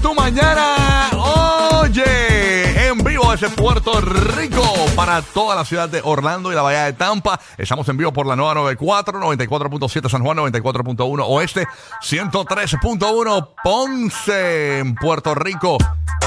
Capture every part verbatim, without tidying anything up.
tu mañana. Oye, en vivo desde Puerto Rico para toda la ciudad de Orlando y la bahía de Tampa. Estamos en vivo por la nueva noventa y cuatro, noventa y cuatro punto siete San Juan, noventa y cuatro punto uno Oeste, ciento trece punto uno Ponce en Puerto Rico.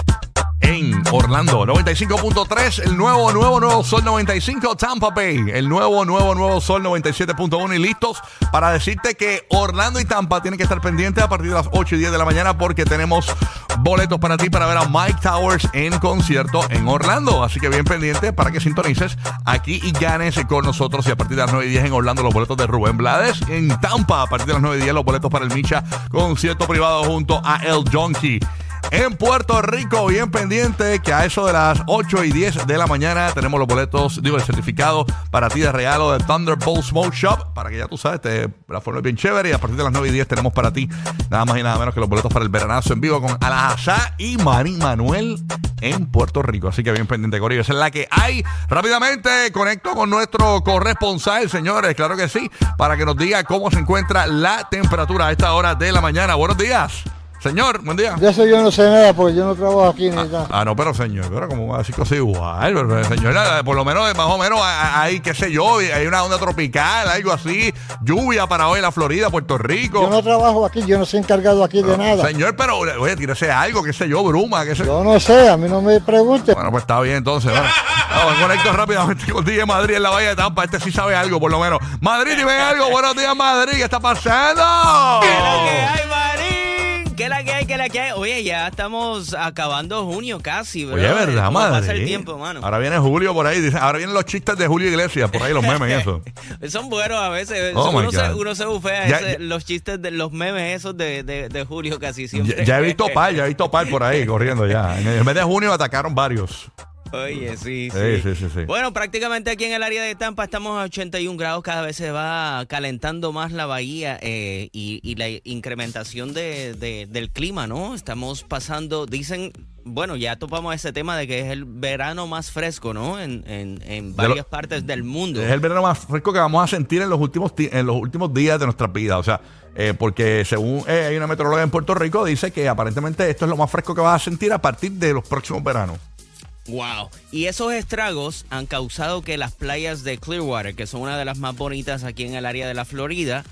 En Orlando, noventa y cinco punto tres, el nuevo, nuevo, nuevo Sol noventa y cinco, Tampa Bay, el nuevo, nuevo, nuevo Sol noventa y siete punto uno y listos para decirte que Orlando y Tampa tienen que estar pendientes a partir de las ocho y diez de la mañana porque tenemos boletos para ti para ver a Mike Towers en concierto en Orlando. Así que bien pendiente para que sintonices aquí y ganes con nosotros. Y a partir de las nueve y diez en Orlando los boletos de Rubén Blades. En Tampa a partir de las nueve y diez los boletos para el Micha concierto privado junto a El Donkey. En Puerto Rico, bien pendiente que a eso de las ocho y diez de la mañana tenemos los boletos, digo, el certificado para ti de regalo de Thunderbolt Smoke Shop, para que ya tú sabes, te, la forma es bien chévere. Y a partir de las nueve y diez tenemos para ti nada más y nada menos que los boletos para el veranazo en vivo con Alajazá y Manny Manuel en Puerto Rico. Así que bien pendiente, Corillo, esa es la que hay. Rápidamente conecto con nuestro corresponsal, señores, claro que sí, para que nos diga cómo se encuentra la temperatura a esta hora de la mañana. Buenos días. Señor, buen día. De eso yo no sé nada porque yo no trabajo aquí ni ah, nada. Ah, no, pero señor, pero como va a decir cosas igual, pero, señor, por lo menos, más o menos, hay, qué sé yo, hay una onda tropical, algo así, lluvia para hoy en la Florida, Puerto Rico. Yo no trabajo aquí, yo no soy encargado aquí de no, nada. Señor, pero, oye, tírese algo, qué sé yo, bruma, qué sé yo. Yo no sé, a mí no me pregunte. Bueno, pues está bien, entonces, bueno. Vamos, conecto rápidamente con D J Madrid en la Bahía de Tampa. Este sí sabe algo, por lo menos. Madrid, dime algo. Buenos días, Madrid. ¿Qué está pasando? ¿Qué es lo que hay, Madrid? ¿Qué es la que hay? ¿Qué es la que hay? Oye, ya estamos acabando junio casi, bro. Oye, ¿verdad, ¿Cómo Madrid? pasa el tiempo, mano? Ahora viene Julio por ahí. Dice, ahora vienen los chistes de Julio Iglesias, por ahí los memes y eso. Son buenos a veces. Oh, uno, my se, God. uno se bufea Ya, ese, ya. los chistes de los memes esos de, de, de Julio casi siempre. Ya, ya he visto par, ya he visto par por ahí corriendo ya. En el mes de junio atacaron varios. Oye, sí, sí. Sí, sí, sí, sí. Bueno, prácticamente aquí en el área de Tampa estamos a ochenta y un grados, cada vez se va calentando más la bahía eh, y, y la incrementación de, de, del clima, ¿no? Estamos pasando, dicen, bueno, ya topamos ese tema de que es el verano más fresco, ¿no? En, en, en varias lo, partes del mundo. Es el verano más fresco que vamos a sentir en los últimos, en los últimos días de nuestras vidas, o sea... Eh, porque según eh, hay una meteoróloga en Puerto Rico, dice que aparentemente esto es lo más fresco que vas a sentir a partir de los próximos veranos. Wow. Y esos estragos han causado que las playas de Clearwater, que son una de las más bonitas aquí en el área de la Florida,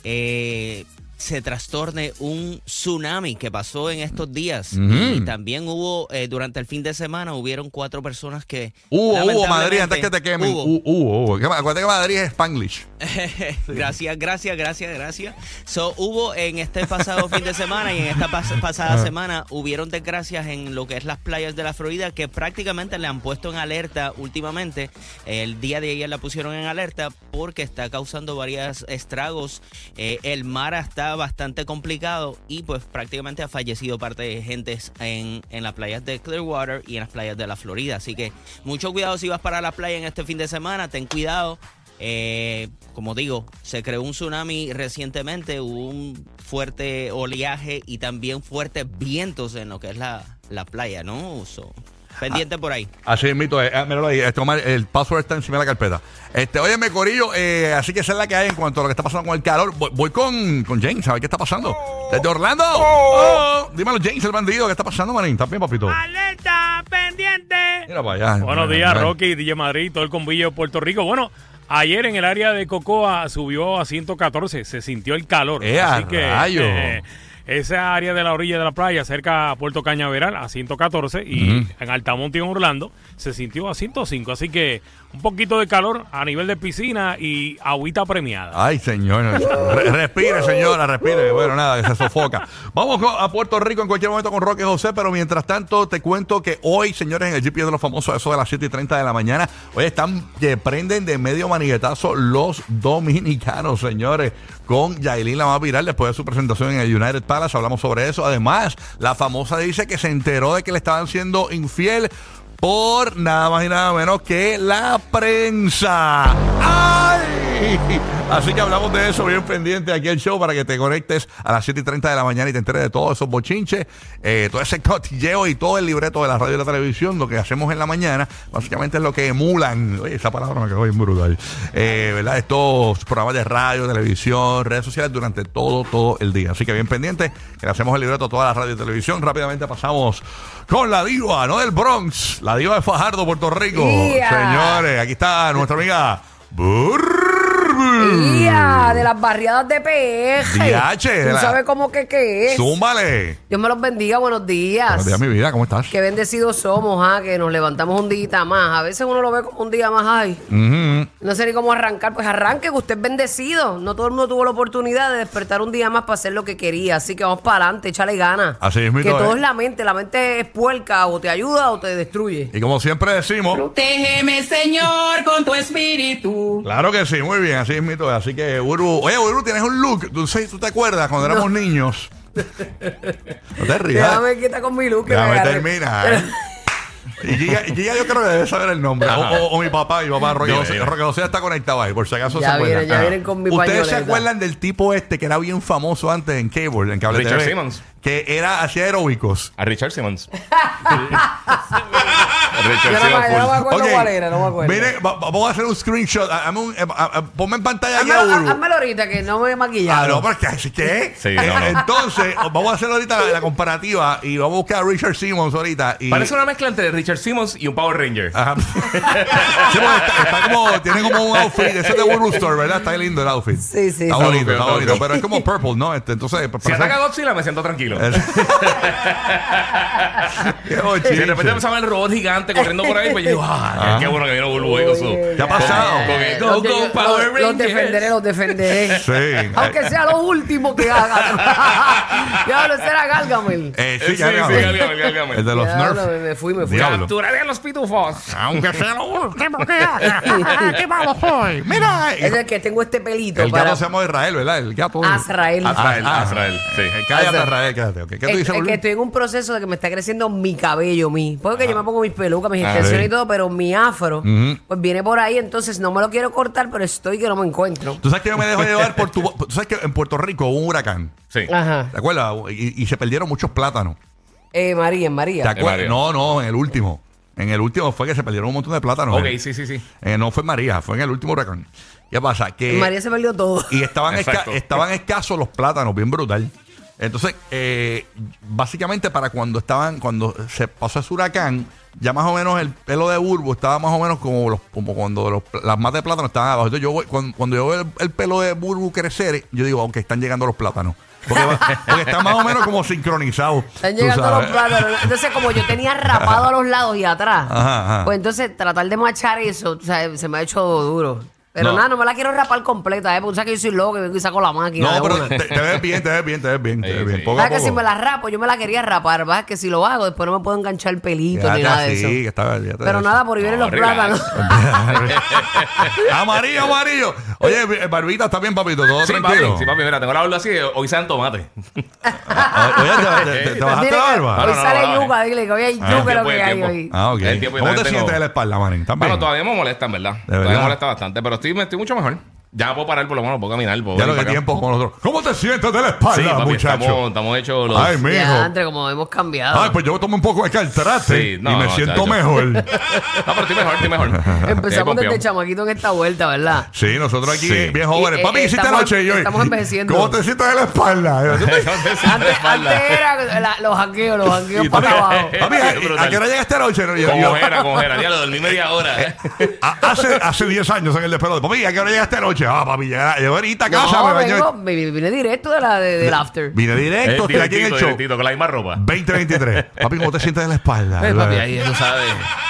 eh, se trastorne un tsunami que pasó en estos días. Mm-hmm. Y también hubo, eh, durante el fin de semana, hubieron cuatro personas que... Hubo, hubo, Madrid, antes que te quemen. Hubo, hubo. hubo. Acuérdate que Madrid es Spanglish. Sí. Gracias, gracias, gracias, gracias. So, hubo en este pasado fin de semana y en esta pas pasada semana, hubieron desgracias en lo que es las playas de la Florida que prácticamente le han puesto en alerta últimamente. El día de ayer la pusieron en alerta porque está causando varios estragos. Eh, el mar está bastante complicado y pues prácticamente ha fallecido parte de gente en, en las playas de Clearwater y en las playas de la Florida. Así que mucho cuidado si vas para la playa en este fin de semana, ten cuidado. Eh, como digo, se creó un tsunami recientemente, hubo un fuerte oleaje y también fuertes vientos en lo que es la, la playa, ¿no? So, pendiente ah, por ahí. Así es, mito. Eh, míralo ahí. Este, Omar, el password está encima de la carpeta. Este, óyeme, Corillo, eh, así que esa es la que hay en cuanto a lo que está pasando con el calor. Voy, voy con, con James, a ver qué está pasando. Desde Orlando. Oh. Oh. Dímelo, James, el bandido. ¿Qué está pasando, manín? ¿Estás bien, papito? ¡Alerta! ¡Pendiente! Mira para allá. Buenos días, Rocky, D J Madrid, todo el convillo de Puerto Rico. Bueno, ayer en el área de Cocoa subió a ciento catorce. Se sintió el calor. ¡Eh, así que rayo! Eh, esa área de la orilla de la playa, cerca a Puerto Cañaveral, a ciento catorce, y uh-huh. en Altamonte y en Orlando se sintió a ciento cinco. Así que un poquito de calor a nivel de piscina y agüita premiada. Ay, señor. Re respire, señora, respire. Bueno, nada, que se sofoca. Vamos a Puerto Rico en cualquier momento con Roque José, pero mientras tanto te cuento que hoy, señores, en el G P S de los famosos, eso de las siete y treinta de la mañana, hoy están que prenden de medio maniguetazo los dominicanos, señores, con Yailin, la más viral, después de su presentación en el United Palace. Hablamos sobre eso. Además, la famosa dice que se enteró de que le estaban siendo infiel por nada más y nada menos que la prensa. ¡Ay! Así que hablamos de eso bien pendiente aquí el show para que te conectes a las siete y treinta de la mañana y te enteres de todos esos bochinches, eh, todo ese cotilleo y todo el libreto de la radio y la televisión. Lo que hacemos en la mañana básicamente es lo que emulan. Oye, esa palabra me quedó bien brutal. Eh, ¿verdad? Estos programas de radio, televisión, redes sociales durante todo, todo el día. Así que bien pendiente, que le hacemos el libreto a toda la radio y televisión. Rápidamente pasamos con la diva, no del Bronx, la diva de Fajardo, Puerto Rico. Yeah. Señores, aquí está nuestra amiga Burbu. ¡Ya! De las barriadas de P R. D H, ¿Tú la- sabes cómo que qué es? Zúmbale. Dios me los bendiga, buenos días. Buenos días, mi vida, ¿cómo estás? Qué bendecidos somos, ¿ah? Que nos levantamos un día más. A veces uno lo ve como un día más, ay. Ujú. No sé ni cómo arrancar. Pues arranque, que usted es bendecido. No todo el mundo tuvo la oportunidad de despertar un día más para hacer lo que quería. Así que vamos para adelante, échale ganas. Así mismito Que todo es. es la mente. La mente es puerca. O te ayuda o te destruye. Y como siempre decimos, Protégeme, Señor, con tu espíritu. claro que sí, muy bien, así mismito es. Así que, Burbu, oye, Burbu, tienes un look. ¿Tú, sé- tú te acuerdas cuando éramos niños? No te rías. Déjame quitar con mi look. que me Déjame agarre. terminar. Y Giga, y Giga yo creo que debe saber el nombre. O, o- o mi papá, mi papá, Roque Dime, José. dime. Roque José está conectado ahí, por si acaso Ya se acuerdan. vienen, ya Ajá. vienen con mi ¿Ustedes se pañoleta. acuerdan del tipo este que era bien famoso antes en cable, en cable Richard T V? Simmons. Que era, hacía aeróbicos. A Richard Simmons. Yo Richard no, me- yo no me Simmons. acuerdo Ok, cuál era, no me acuerdo. Mire, va- vamos a hacer un screenshot. Hazme un- eh, a- a- ponme en pantalla aquí a Házmelo, Burbu. házmelo ahorita, que no me he maquillado. Ah, no, pero ¿qué? ¿Qué? Sí, Eh, no, no. Entonces, vamos a hacer ahorita la, la comparativa y vamos a buscar a Richard Simmons ahorita. Y, Parece una mezcla entre Richard Simmons y un Power Ranger. Ajá. Sí, porque está, está como, tiene como un outfit, ese es de Burbu Store, ¿verdad? Está lindo el outfit. Sí, sí, Está sí. bonito, está Ok, ok, bonito. ok. Pero es como purple, ¿no? Este, entonces, Si parece- ataca a Godzilla, me siento tranquilo. Qué Si bochinche. de repente empezaba el robot gigante corriendo por ahí, pues yo digo, ah, qué bueno que vino Bulbo ahí con su. Oye, ¿Qué ha pasado? Con el Go Los de- Go Power los- Los defenderé, Rangers. los defenderé. Sí. Aunque sea lo último que haga. Ya lo será Gargamel. Eh, Sí, sí, sí, Gargamel. sí, Gargamel, Gargamel. El de los Diablo, Nerf. me, me fui, me fui. Diablo. Capturaré a los pitufos. Aunque sea lo último que haga. ¡Qué malo soy! Mira. Es el que tengo este pelito El para. gato se llama Israel, ¿verdad? El gato. Azrael. Azrael, Ah, Azrael, sí. Eh, Cállate, Azrael. Israel, cállate. ok. ¿Qué tú Es, dices, es Burbu? que estoy en un proceso de que me está creciendo mi cabello, mi. Porque yo me pongo mis pelucas, mis extensiones sí. y todo, pero mi afro, Ujú. pues viene por ahí, entonces no me lo quiero cortar, pero estoy que no me encuentro. Tú sabes que yo me dejo llevar por tu. Tú sabes que en Puerto Rico hubo un huracán. Sí. Ajá. ¿Te acuerdas? Y, y se perdieron muchos plátanos. Eh, María, en María. ¿Te acuerdas? María. No, no, en el último. En el último fue que se perdieron un montón de plátanos. Ok, Eh, sí, sí, sí. eh, no fue en María, fue en el último huracán. ¿Qué pasa? Que En María se perdió todo. y estaban, esca- Exacto. estaban escasos los plátanos, bien brutal. Entonces, eh, básicamente para cuando estaban, cuando se pasó ese huracán, ya más o menos el pelo de Burbu estaba más o menos como, los, como cuando los, las matas de plátano estaban abajo. Entonces yo voy- cuando, cuando yo veo el, el pelo de Burbu crecer, yo digo, aunque están llegando los plátanos. Porque, va- porque están más o menos como sincronizados. Están tú llegando sabes. los plátanos. Entonces, como yo tenía rapado a los lados y atrás, Ajá, ajá. pues entonces tratar de machar eso, o sea, se me ha hecho duro. Pero No. nada, no me la quiero rapar completa, ¿eh? Porque tú sabes que yo soy loco y vengo y saco la máquina. No, de pero una. te, te ves bien, te ves bien, te ves bien, te Sí, ves bien. sí. Poco a ¿Sabes que poco. si me la rapo, yo me la quería rapar, ¿verdad? Que si lo hago, después no me puedo enganchar el pelito ni Quédate nada de así, eso. que está- ya te Pero ves. nada, por ahí vienen No, los relax. plátanos. Amarillo, amarillo. Oye, eh, Barbita, ¿está bien, papito? ¿Todo Sí, tranquilo? papi, sí, papi, mira, tengo la barba así, hoy sean tomate. Ah, Oye, ¿te, te- te- te bajaste Dile la que barba? No, hoy no, no, sale no, yuca, dile que hoy hay Ah, yuca el lo tiempo, que el hay tiempo. hoy. Ah, ok. El tiempo, yo ¿Cómo te también sientes tengo- de la espalda, manín? ¿Estás Bueno, bien? todavía me molesta, en verdad. Todavía verdad? me molesta bastante, pero estoy, estoy mucho mejor. Ya puedo parar, por lo menos, puedo caminar. Puedo Ya venir lo que para acá. tiempo con nosotros. ¿Cómo te sientes de la espalda, Sí, papi, muchacho? estamos, estamos hechos los... Ay, mijo. Ya, entre como hemos cambiado. Ay, pues yo tomo un poco de caltrate Sí, no, y me no, siento chacho. mejor. No, pero estoy mejor, estoy mejor. Empezamos Estoy desde confiado. chamaquito en esta vuelta, ¿verdad? Sí, nosotros aquí Sí. bien jóvenes. Y, eh, Papi, ¿qué hiciste estamos- anoche? Y yo, estamos envejeciendo. ¿Cómo te sientes de la espalda? No te sientes Antes, de espalda. antes era la- los hangueos, los hangueos Y para tú- abajo. Papi, Qué ¿a, brutal. ¿a qué hora llegaste anoche? No, yo- Con yo- ojera, con ojera. Ya lo dormí media hora. a- hace, hace diez años en el despelote. Papi, ¿a qué hora llegaste anoche? Ah, papi, llegué, llegué ahorita a casa, No, me bañé. vengo, me- vine directo de la, de- del after. Vine directo, estoy aquí en el Directito, show. directito, con la misma ropa. veinte veintitrés. Papi, ¿cómo te sientes de la espalda? Eh, papi, ahí tú sabes.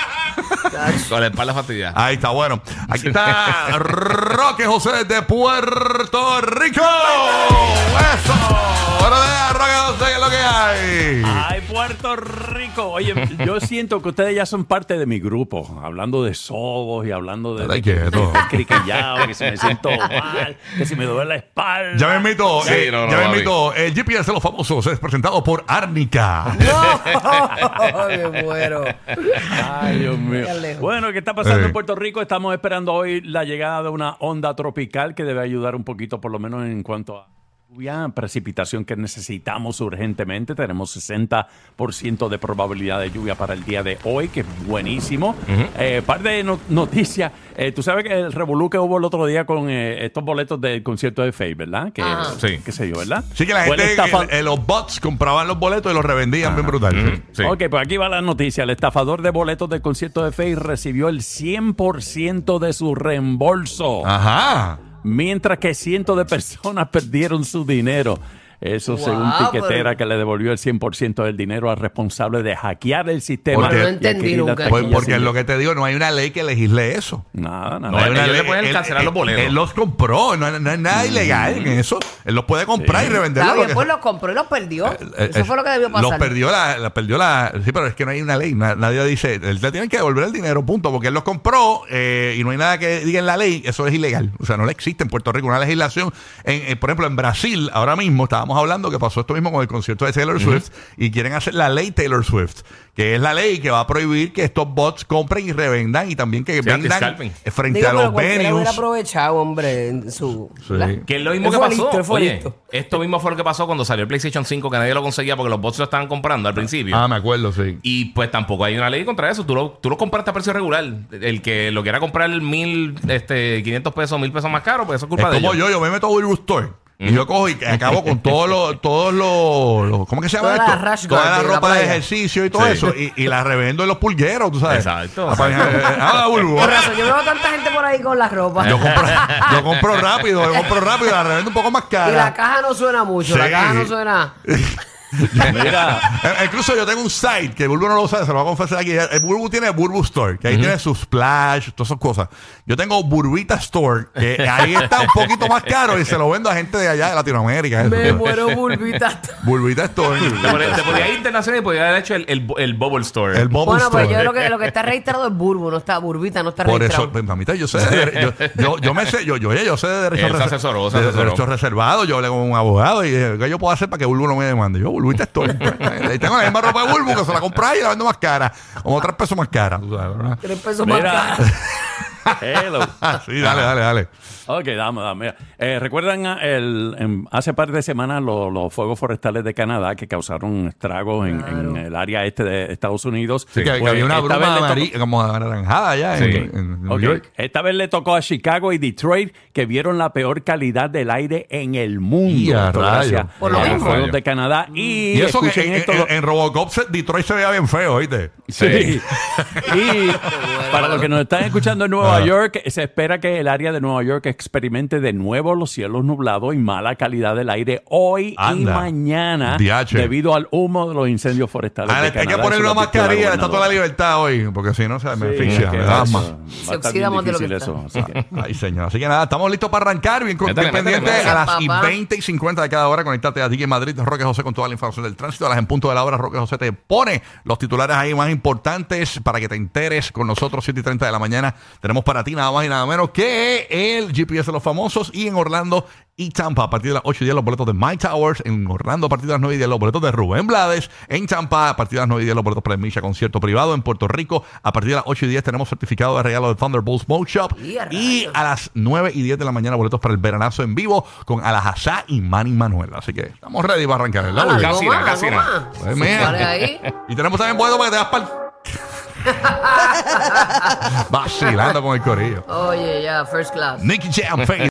Con la espalda fastidiada. Ahí está, bueno. Aquí está Roque José de Puerto Rico. Eso. Bueno, Roque José, ¿qué es lo que hay? Ay, pues Puerto Rico. Oye, yo siento que ustedes ya son parte de mi grupo, hablando de sobos y hablando de, de que estoy criquillado, que si me siento mal, que si me duele la espalda. Ya me invito, Sí, eh, no, no, ya me papi. invito. El G P S de los famosos es presentado por Árnica. No, me muero. Ay, Dios mío. Qué lejos. Bueno, ¿qué está pasando Eh. en Puerto Rico? Estamos esperando hoy la llegada de una onda tropical que debe ayudar un poquito, por lo menos en cuanto a lluvia, precipitación que necesitamos urgentemente. Tenemos sesenta por ciento de probabilidad de lluvia para el día de hoy, que es buenísimo. Eh, par de no- noticias. Eh, tú sabes que el revolú que hubo el otro día con eh, estos boletos del concierto de Faye, ¿verdad? Que, Ajá. Sí. qué sé yo, ¿verdad? Sí, que la Pues gente, el estafa- eh, eh, los bots compraban los boletos y los revendían bien brutal. sí. Sí. Ok, pues aquí va la noticia. El estafador de boletos del concierto de Faye recibió el cien por ciento de su reembolso, Ajá. mientras que cientos de personas perdieron su dinero. Eso Wow, según Tiquetera, pero- que le devolvió el cien por ciento del dinero al responsable de hackear el sistema. Porque- y No entendí adquirir las nunca. Pues taquillas porque es sin- lo que te digo, no hay una ley que legisle eso. Nada, nada. No, hay ellos una le ley- pueden él- cancelar él- los boletos. Él los compró, no, no hay nada ilegal en eso. Él los puede comprar y revenderlos. Está lo bien, que- pues los compró y los perdió. Eh, Eso eh, fue lo que debió pasar. Los perdió la, la perdió la. Sí, pero es que no hay una ley. na- nadie dice. Él le tienen que devolver el dinero, punto. Porque él los compró eh, y no hay nada que diga en la ley. Eso es ilegal. O sea, no le existe en Puerto Rico una legislación. En, eh, por ejemplo, en Brasil, ahora mismo estábamos hablando que pasó esto mismo con el concierto de Taylor Swift y quieren hacer la ley Taylor Swift, que es la ley que va a prohibir que estos bots compren y revendan y también que Sí, vendan anti-scalping. eh, frente Digo, a pero los cualquiera hubiera venues. aprovechado, hombre, en su... Sí. la- Que es lo mismo Él que fue pasó. listo, él fue Oye, listo. esto mismo fue lo que pasó cuando salió el PlayStation cinco, que nadie lo conseguía porque los bots lo estaban comprando al principio. Ah, me acuerdo, sí. Y pues tampoco hay una ley contra eso. Tú lo, tú lo compraste a precio regular. El que lo quiera comprar mil, este, quinientos pesos, mil pesos más caro, pues eso es culpa Es de como ellos. yo, yo me meto a Burbu Store. Y yo cojo y acabo con todos los, todos los, los- ¿cómo que se llama Toda esto? la rash Toda guard la de la ropa de playa. ejercicio y todo Sí. eso. Y, y la revendo en los pulgueros, tú sabes. Exacto. Ah, pues, eh, ah, Burbu. Por razón, yo veo tanta gente por ahí con la ropa. Yo compro, yo compro rápido, yo compro rápido, la revendo un poco más Y la cara. caja no suena mucho, la Sí. caja no suena... Mira, Eh, Incluso yo tengo un site que Burbu no lo sabe, se lo voy a confesar aquí. El Burbu tiene Burbu Store, que ahí tiene sus splash, todas esas cosas. Yo tengo Burbita Store, que ahí está un poquito más caro y se lo vendo a gente de allá de Latinoamérica. eso. Me muero bulbita. Burbita Store. Te podía- te podía ir internacional y podía haber hecho el, el, el Bubble Store. El Bubble Bueno, Store. pues yo lo que, lo que está registrado es Burbu, no está Burbita, no está Por registrado. eso, pues, mamita, yo sé de dere- yo, yo, yo me sé, yo, yo, yo sé de derechos, Él se asesoró, se de asesoró. derechos reservados, yo hablé con un abogado y dije, ¿qué yo puedo hacer para que Bulbu no me demande? Yo, Bulbita estoy. Y tengo la misma ropa de Bulbu que se la compré y la vendo más cara, como tres pesos más cara. tú sabes, ¿verdad? Tres pesos más mira. caros. Hello. Ah, sí, dale, dale, dale. Ok, dame, dame. Mira. Eh, ¿Recuerdan ah, el, en- hace par de semanas lo- los fuegos forestales de Canadá que causaron estragos en, en el área este de Estados Unidos? Sí, que, que Pues, había una esta bruma vez le tocó- amarilla, como anaranjada allá Sí. en, en New Ok, York. esta vez le tocó a Chicago y Detroit, que vieron la peor calidad del aire en el mundo. Y a Esto rayos. gracias Por lo a los mismo. fuegos de Canadá. Y, Y eso que escuchen en, esto, en- lo- en Robocop se- Detroit se veía bien feo, ¿oíste? Sí. Y para los que nos están escuchando en Nueva Ah. York, se espera que el área de Nueva York experimente de nuevo los cielos nublados y mala calidad del aire hoy Anda. y mañana D H. debido al humo de los incendios forestales Ah, de hay Canadá. que ponerle Eso una lo advirtió la mascarilla, está toda la gobernadora. libertad hoy, porque si no, se me Sí, asfixia, es que me da eso asma. va a Se estar oxida bien más de lo que difícil está. eso. Así que- Ay, señor. Así que nada, estamos listos para arrancar. Bien, Métele, bien pendiente métele, a las y papá. veinte y cincuenta de cada hora. Conéctate aquí en Madrid, Roque José, con toda la información del tránsito. A las en punto de la hora, Roque José te pone los titulares ahí más importantes para que te enteres con nosotros. siete y treinta de la mañana tenemos para ti nada más y nada menos que el G P S de los famosos. Y en Orlando y Tampa, a partir de las ocho y diez, los boletos de My Towers. En Orlando, a partir de las nueve y diez, los boletos de Rubén Blades. En Tampa, a partir de las nueve y diez, los boletos para el Misha concierto privado. En Puerto Rico, a partir de las ocho y diez, tenemos certificado de regalo de Thunderbolt Smoke Shop. Y a Y rayos. a las nueve y diez de la mañana, boletos para el veranazo en vivo con Alajazá y Manny Manuel. Así que estamos ready para arrancar, ¿verdad? Algo Bulbu? Casi más, nada, casi algo nada. más. Pues mira. Dale ahí. Y tenemos también boletos para que te vas para el... vacilando con el corillo. Oye, ya, first class. Nicky Jam, Faith.